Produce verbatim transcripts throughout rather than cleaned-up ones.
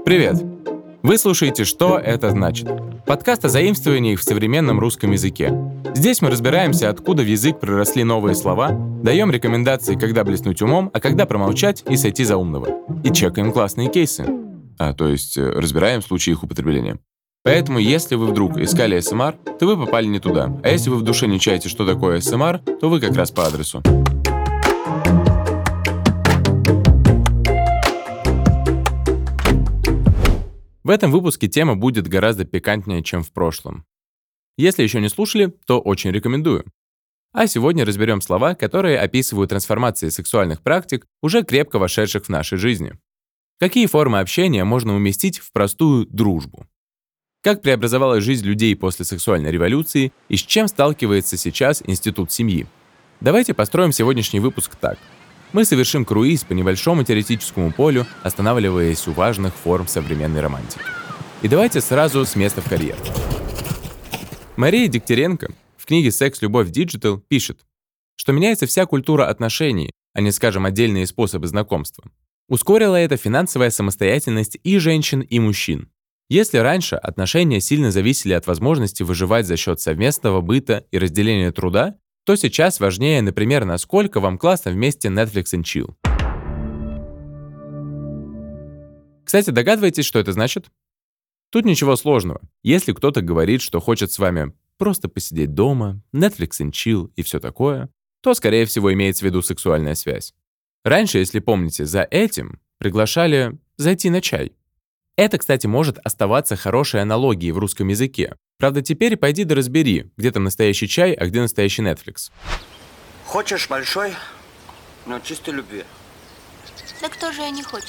Привет! Вы слушаете «Что это значит?» Подкаст о заимствованиях в современном русском языке. Здесь мы разбираемся, откуда в язык проросли новые слова, даем рекомендации, когда блеснуть умом, а когда промолчать и сойти за умного. И чекаем классные кейсы. А, то есть разбираем случаи их употребления. Поэтому, если вы вдруг искали эс эм ар, то вы попали не туда. А если вы в душе не чаете, что такое эс эм ар, то вы как раз по адресу. В этом выпуске тема будет гораздо пикантнее, чем в прошлом. Если еще не слушали, то очень рекомендую. А сегодня разберем слова, которые описывают трансформации сексуальных практик, уже крепко вошедших в наши жизни. Какие формы общения можно уместить в простую дружбу? Как преобразовалась жизнь людей после сексуальной революции и с чем сталкивается сейчас институт семьи? Давайте построим сегодняшний выпуск так. Мы совершим круиз по небольшому теоретическому полю, останавливаясь у важных форм современной романтики. И давайте сразу с места в карьер. Мария Дегтяренко в книге «Секс, любовь, диджитал» пишет, что меняется вся культура отношений, а не, скажем, отдельные способы знакомства. Ускорила это финансовая самостоятельность и женщин, и мужчин. Если раньше отношения сильно зависели от возможности выживать за счет совместного быта и разделения труда, то сейчас важнее, например, насколько вам классно вместе Netflix and Chill. Кстати, догадываетесь, что это значит? Тут ничего сложного. Если кто-то говорит, что хочет с вами просто посидеть дома, Netflix and Chill и все такое, то, скорее всего, имеется в виду сексуальная связь. Раньше, если помните, за этим приглашали зайти на чай. Это, кстати, может оставаться хорошей аналогией в русском языке. Правда, теперь пойди да разбери, где там настоящий чай, а где настоящий Netflix. Хочешь большой, но чистой любви. Да кто же я не хочет?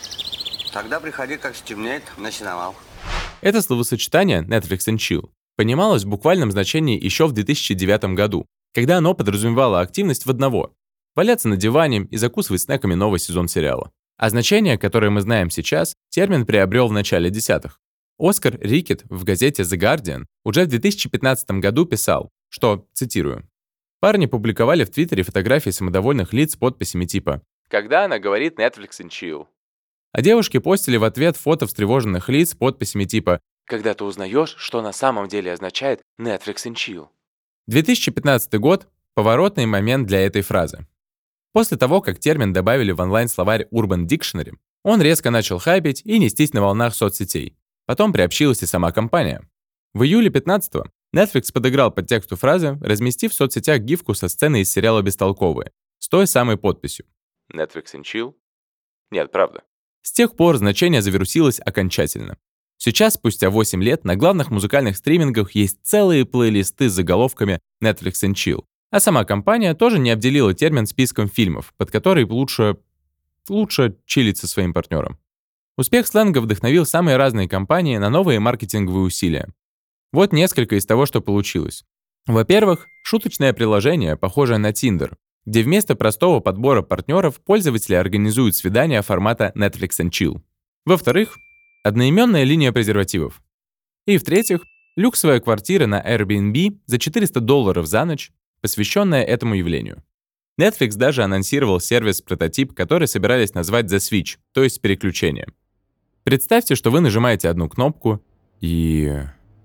Тогда приходи, как стемнеет, на сеновал. Это словосочетание Netflix and Chill понималось в буквальном значении еще в две тысячи девятом году, когда оно подразумевало активность в одного – валяться на диване и закусывать снеками новый сезон сериала. А значение, которое мы знаем сейчас, термин приобрел в начале десятых. Оскар Рикет в газете The Guardian уже в две тысячи пятнадцатом году писал, что, цитирую, «Парни публиковали в Твиттере фотографии самодовольных лиц с подписями типа «Когда она говорит Netflix and Chill». А девушки постили в ответ фото встревоженных лиц с подписями типа «Когда ты узнаешь, что на самом деле означает Netflix and Chill». две тысячи пятнадцатый год – поворотный момент для этой фразы. После того, как термин добавили в онлайн-словарь Urban Dictionary, он резко начал хайпить и нестись на волнах соцсетей. Потом приобщилась и сама компания. В июле пятнадцатого Netflix подыграл под тексту фразы, разместив в соцсетях гифку со сцены из сериала «Бестолковые» с той самой подписью. Netflix and Chill? Нет, правда. С тех пор значение завирусилось окончательно. Сейчас, спустя восемь лет, на главных музыкальных стримингах есть целые плейлисты с заголовками Netflix and Chill. А сама компания тоже не обделила термин списком фильмов, под который лучше... лучше чилить со своим партнером. Успех сленга вдохновил самые разные компании на новые маркетинговые усилия. Вот несколько из того, что получилось. Во-первых, шуточное приложение, похожее на Tinder, где вместо простого подбора партнеров пользователи организуют свидания формата Netflix and Chill. Во-вторых, одноименная линия презервативов. И в-третьих, люксовая квартира на Airbnb за четыреста долларов за ночь, посвященная этому явлению. Netflix даже анонсировал сервис-прототип, который собирались назвать The Switch, то есть переключение. Представьте, что вы нажимаете одну кнопку, и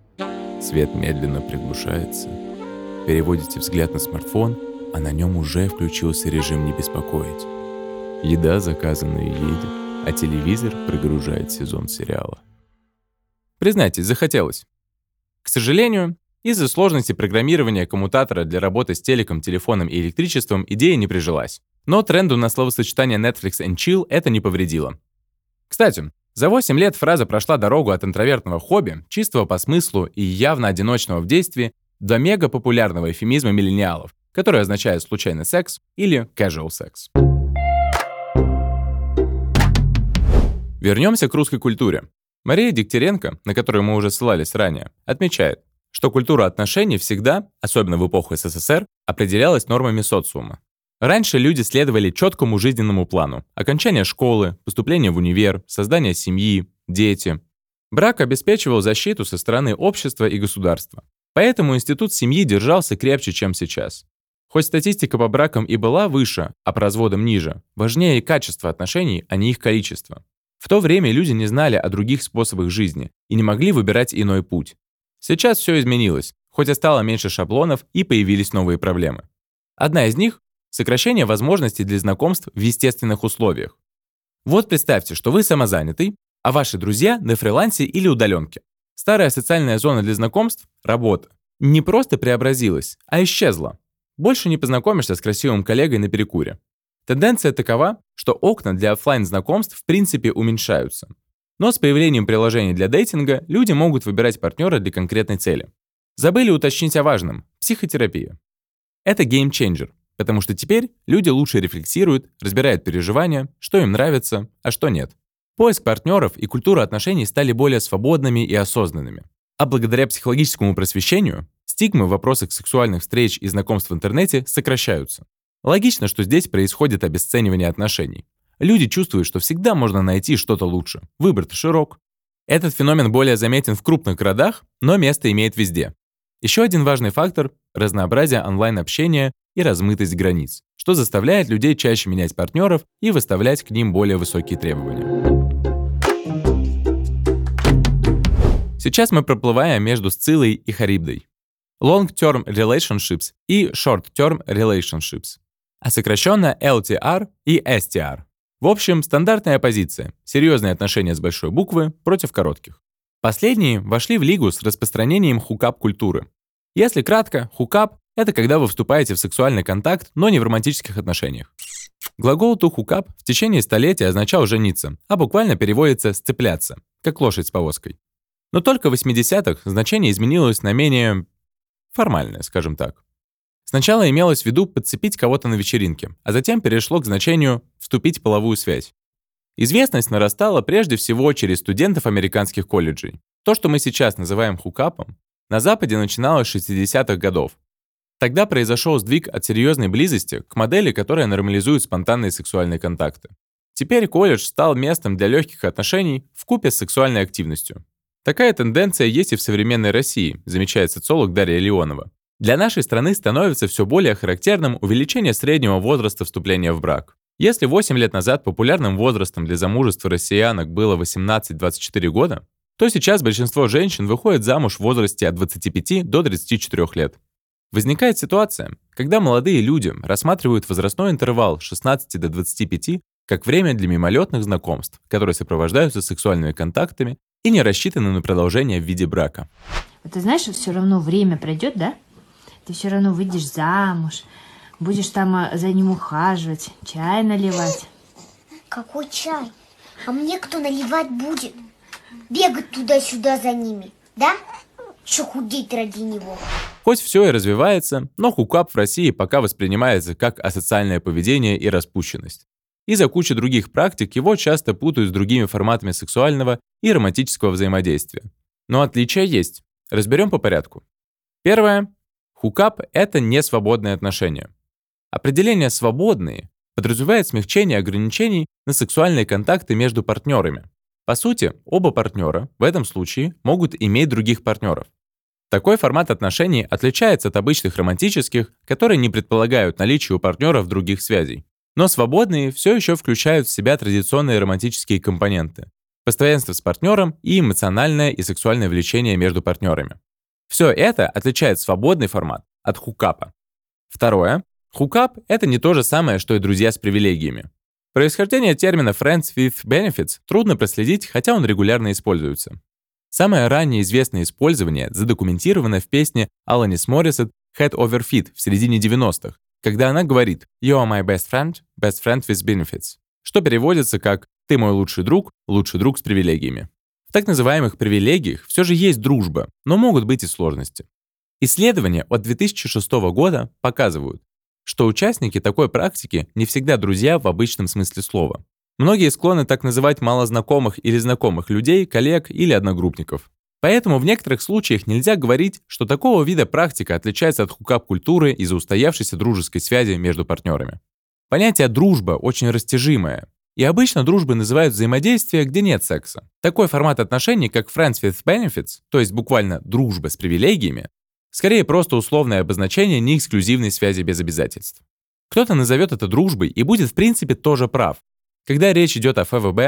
свет медленно приглушается. Переводите взгляд на смартфон, а на нем уже включился режим «Не беспокоить». Еда заказанная едет, а телевизор прогружает сезон сериала. Признайтесь, захотелось. К сожалению, из-за сложности программирования коммутатора для работы с телеком, телефоном и электричеством идея не прижилась. Но тренду на словосочетание Netflix and Chill это не повредило. Кстати, за восемь лет фраза прошла дорогу от интровертного хобби, чистого по смыслу и явно одиночного в действии, до мегапопулярного эвфемизма миллениалов, который означает случайный секс или casual секс. Вернемся к русской культуре. Мария Дегтяренко, на которую мы уже ссылались ранее, отмечает, что культура отношений всегда, особенно в эпоху эс эс эс эр, определялась нормами социума. Раньше люди следовали четкому жизненному плану: окончание школы, поступление в универ, создание семьи, дети. Брак обеспечивал защиту со стороны общества и государства. Поэтому институт семьи держался крепче, чем сейчас. Хоть статистика по бракам и была выше, а по разводам ниже, важнее качество отношений, а не их количество. В то время люди не знали о других способах жизни и не могли выбирать иной путь. Сейчас все изменилось, хоть и стало меньше шаблонов и появились новые проблемы. Одна из них – сокращение возможностей для знакомств в естественных условиях. Вот представьте, что вы самозанятый, а ваши друзья на фрилансе или удаленке. Старая социальная зона для знакомств – работа. Не просто преобразилась, а исчезла. Больше не познакомишься с красивым коллегой на перекуре. Тенденция такова, что окна для офлайн знакомств в принципе уменьшаются. Но с появлением приложений для дейтинга люди могут выбирать партнера для конкретной цели. Забыли уточнить о важном – психотерапия. Это геймченджер, потому что теперь люди лучше рефлексируют, разбирают переживания, что им нравится, а что нет. Поиск партнеров и культура отношений стали более свободными и осознанными. А благодаря психологическому просвещению стигмы в вопросах сексуальных встреч и знакомств в интернете сокращаются. Логично, что здесь происходит обесценивание отношений. Люди чувствуют, что всегда можно найти что-то лучше. Выбор-то широк. Этот феномен более заметен в крупных городах, но место имеет везде. Еще один важный фактор – разнообразие онлайн-общения и размытость границ, что заставляет людей чаще менять партнеров и выставлять к ним более высокие требования. Сейчас мы проплываем между Сциллой и Харибдой. Long-term relationships и short-term relationships, а сокращенно эл ти ар и эс ти ар. В общем, стандартная позиция – серьезные отношения с большой буквы против коротких. Последние вошли в лигу с распространением хукап-культуры. Если кратко, хукап – это когда вы вступаете в сексуальный контакт, но не в романтических отношениях. Глагол to hook up в течение столетия означал «жениться», а буквально переводится «сцепляться», как лошадь с повозкой. Но только в восьмидесятых значение изменилось на менее формальное, скажем так. Сначала имелось в виду подцепить кого-то на вечеринке, а затем перешло к значению «вступить в половую связь». Известность нарастала прежде всего через студентов американских колледжей. То, что мы сейчас называем хукапом, на Западе начиналось с шестидесятых годов. Тогда произошел сдвиг от серьезной близости к модели, которая нормализует спонтанные сексуальные контакты. Теперь колледж стал местом для легких отношений вкупе с сексуальной активностью. Такая тенденция есть и в современной России, замечает социолог Дарья Леонова. Для нашей страны становится все более характерным увеличение среднего возраста вступления в брак. Если восемь лет назад популярным возрастом для замужества россиянок было восемнадцать-двадцать четыре года, то сейчас большинство женщин выходит замуж в возрасте от двадцати пяти до тридцати четырёх лет. Возникает ситуация, когда молодые люди рассматривают возрастной интервал с шестнадцати до двадцати пяти как время для мимолетных знакомств, которые сопровождаются сексуальными контактами и не рассчитаны на продолжение в виде брака. Ты знаешь, все равно время пройдет, да? Ты все равно выйдешь замуж, будешь там за ним ухаживать, чай наливать. Какой чай? А мне кто наливать будет? Бегать туда-сюда за ними, да? Еще худеть ради него. Хоть все и развивается, но хукап в России пока воспринимается как асоциальное поведение и распущенность. Из-за кучи других практик его часто путают с другими форматами сексуального и романтического взаимодействия. Но отличия есть. Разберем по порядку. Первое. Хукап — это не свободные отношения. Определение «свободные» подразумевает смягчение ограничений на сексуальные контакты между партнерами. По сути, оба партнера в этом случае могут иметь других партнеров. Такой формат отношений отличается от обычных романтических, которые не предполагают наличие у партнеров других связей. Но свободные все еще включают в себя традиционные романтические компоненты, постоянство с партнером и эмоциональное и сексуальное влечение между партнерами. Все это отличает свободный формат от хукапа. Второе. Хукап — это не то же самое, что и друзья с привилегиями. Происхождение термина «friends with benefits» трудно проследить, хотя он регулярно используется. Самое раннее известное использование задокументировано в песне Alanis Morissette «Head Over Feet» в середине девяностых, когда она говорит «You are my best friend, best friend with benefits», что переводится как «Ты мой лучший друг, лучший друг с привилегиями». В так называемых привилегиях все же есть дружба, но могут быть и сложности. Исследования от две тысячи шестого года показывают, что участники такой практики не всегда друзья в обычном смысле слова. Многие склонны так называть малознакомых или знакомых людей, коллег или одногруппников. Поэтому в некоторых случаях нельзя говорить, что такого вида практика отличается от хукап-культуры из-за устоявшейся дружеской связи между партнерами. Понятие «дружба» очень растяжимое, и обычно дружбой называют взаимодействие, где нет секса. Такой формат отношений, как friends with benefits, то есть буквально дружба с привилегиями, скорее просто условное обозначение неэксклюзивной связи без обязательств. Кто-то назовет это дружбой и будет в принципе тоже прав. Когда речь идет о эф вэ бэ,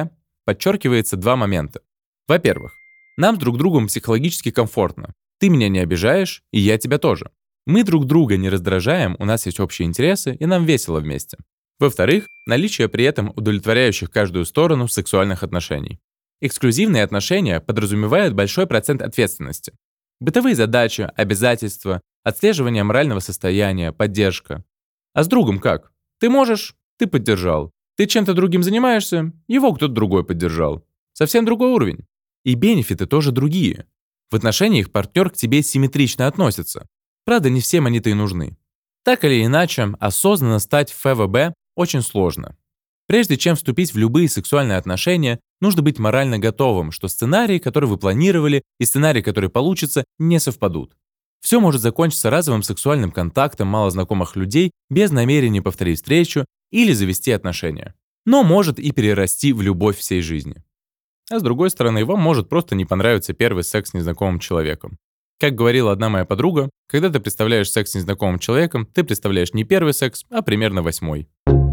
подчеркивается два момента. Во-первых, нам с друг другом психологически комфортно. Ты меня не обижаешь, и я тебя тоже. Мы друг друга не раздражаем, у нас есть общие интересы, и нам весело вместе. Во-вторых, наличие при этом удовлетворяющих каждую сторону сексуальных отношений. Эксклюзивные отношения подразумевают большой процент ответственности. Бытовые задачи, обязательства, отслеживание морального состояния, поддержка. А с другом как? Ты можешь? Ты поддержал. Ты чем-то другим занимаешься? Его кто-то другой поддержал. Совсем другой уровень. И бенефиты тоже другие. В отношениях партнер к тебе симметрично относится. Правда, не всем они-то и нужны. Так или иначе, осознанно стать эф вэ бэ очень сложно. Прежде чем вступить в любые сексуальные отношения, нужно быть морально готовым, что сценарии, которые вы планировали, и сценарии, которые получатся, не совпадут. Все может закончиться разовым сексуальным контактом малознакомых людей без намерения повторить встречу или завести отношения. Но может и перерасти в любовь всей жизни. А с другой стороны, вам может просто не понравиться первый секс с незнакомым человеком. Как говорила одна моя подруга, когда ты представляешь секс с незнакомым человеком, ты представляешь не первый секс, а примерно восьмой.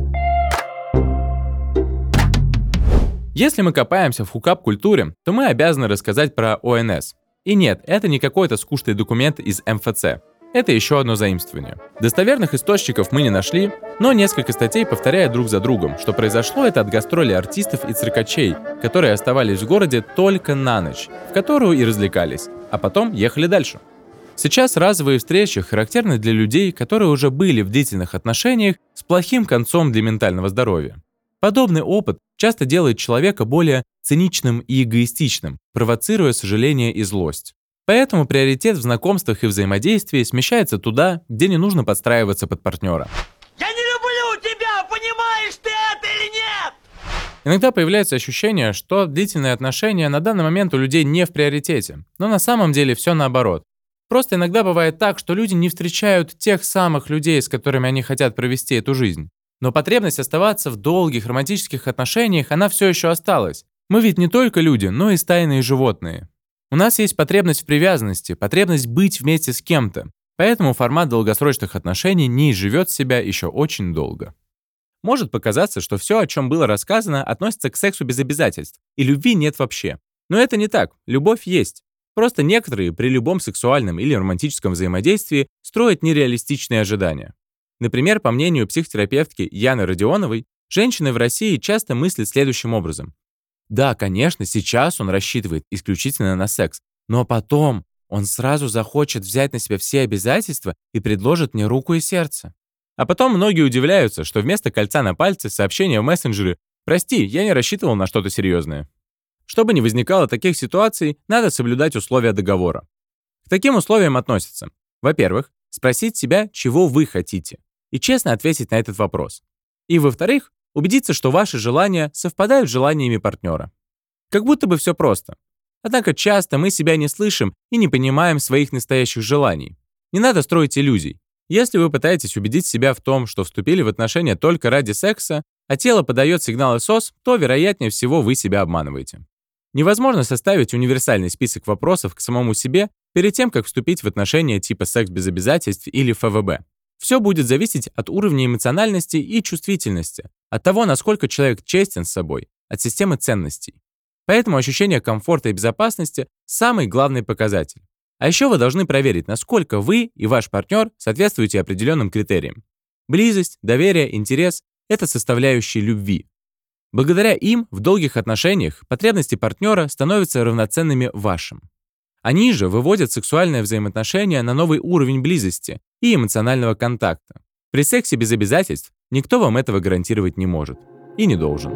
Если мы копаемся в хукап-культуре, то мы обязаны рассказать про о эн эс. И нет, это не какой-то скучный документ из эм эф цэ. Это еще одно заимствование. Достоверных источников мы не нашли, но несколько статей повторяют друг за другом, что произошло это от гастролей артистов и циркачей, которые оставались в городе только на ночь, в которую и развлекались, а потом ехали дальше. Сейчас разовые встречи характерны для людей, которые уже были в длительных отношениях с плохим концом для ментального здоровья. Подобный опыт часто делает человека более циничным и эгоистичным, провоцируя сожаление и злость. Поэтому приоритет в знакомствах и взаимодействии смещается туда, где не нужно подстраиваться под партнера. Я не люблю тебя, понимаешь ты это или нет? Иногда появляется ощущение, что длительные отношения на данный момент у людей не в приоритете, но на самом деле все наоборот. Просто иногда бывает так, что люди не встречают тех самых людей, с которыми они хотят провести эту жизнь. Но потребность оставаться в долгих романтических отношениях, она все еще осталась. Мы ведь не только люди, но и стайные животные. У нас есть потребность в привязанности, потребность быть вместе с кем-то. Поэтому формат долгосрочных отношений не изживет себя еще очень долго. Может показаться, что все, о чем было рассказано, относится к сексу без обязательств, и любви нет вообще. Но это не так, любовь есть. Просто некоторые при любом сексуальном или романтическом взаимодействии строят нереалистичные ожидания. Например, по мнению психотерапевтки Яны Родионовой, женщины в России часто мыслят следующим образом. Да, конечно, сейчас он рассчитывает исключительно на секс, но потом он сразу захочет взять на себя все обязательства и предложит мне руку и сердце. А потом многие удивляются, что вместо кольца на пальце сообщение в мессенджере «Прости, я не рассчитывал на что-то серьезное». Чтобы не возникало таких ситуаций, надо соблюдать условия договора. К таким условиям относятся, во-первых, спросить себя, чего вы хотите, и честно ответить на этот вопрос. И, во-вторых, убедиться, что ваши желания совпадают с желаниями партнера. Как будто бы все просто. Однако часто мы себя не слышим и не понимаем своих настоящих желаний. Не надо строить иллюзий. Если вы пытаетесь убедить себя в том, что вступили в отношения только ради секса, а тело подает сигналы СОС, то, вероятнее всего, вы себя обманываете. Невозможно составить универсальный список вопросов к самому себе перед тем, как вступить в отношения типа секс без обязательств или эф вэ бэ. Все будет зависеть от уровня эмоциональности и чувствительности, от того, насколько человек честен с собой, от системы ценностей. Поэтому ощущение комфорта и безопасности – самый главный показатель. А еще вы должны проверить, насколько вы и ваш партнер соответствуете определенным критериям. Близость, доверие, интерес – это составляющие любви. Благодаря им в долгих отношениях потребности партнера становятся равноценными вашим. Они же выводят сексуальные взаимоотношения на новый уровень близости и эмоционального контакта. При сексе без обязательств никто вам этого гарантировать не может и не должен.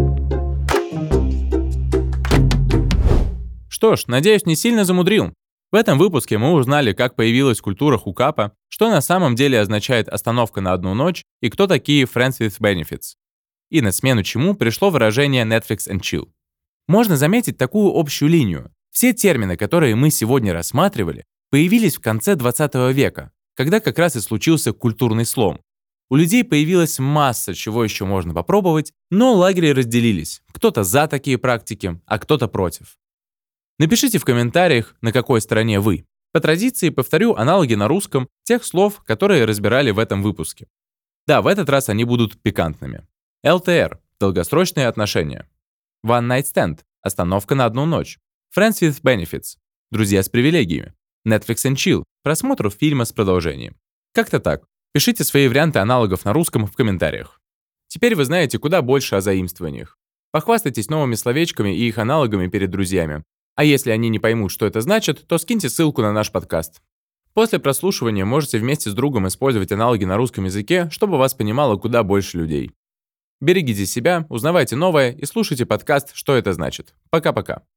Что ж, надеюсь, не сильно замудрил. В этом выпуске мы узнали, как появилась культура хукапа, что на самом деле означает остановка на одну ночь и кто такие friends with benefits. И на смену чему пришло выражение Netflix and chill. Можно заметить такую общую линию. Все термины, которые мы сегодня рассматривали, появились в конце двадцатого века, когда как раз и случился культурный слом. У людей появилась масса чего еще можно попробовать, но лагеря разделились. Кто-то за такие практики, а кто-то против. Напишите в комментариях, на какой стороне вы. По традиции повторю аналоги на русском тех слов, которые разбирали в этом выпуске. Да, в этот раз они будут пикантными. эл тэ эр – долгосрочные отношения. One Night Stand – остановка на одну ночь. Friends with Benefits – друзья с привилегиями. Netflix and Chill – просмотр фильма с продолжением. Как-то так. Пишите свои варианты аналогов на русском в комментариях. Теперь вы знаете куда больше о заимствованиях. Похвастайтесь новыми словечками и их аналогами перед друзьями. А если они не поймут, что это значит, то скиньте ссылку на наш подкаст. После прослушивания можете вместе с другом использовать аналоги на русском языке, чтобы вас понимало куда больше людей. Берегите себя, узнавайте новое и слушайте подкаст «Что это значит». Пока-пока.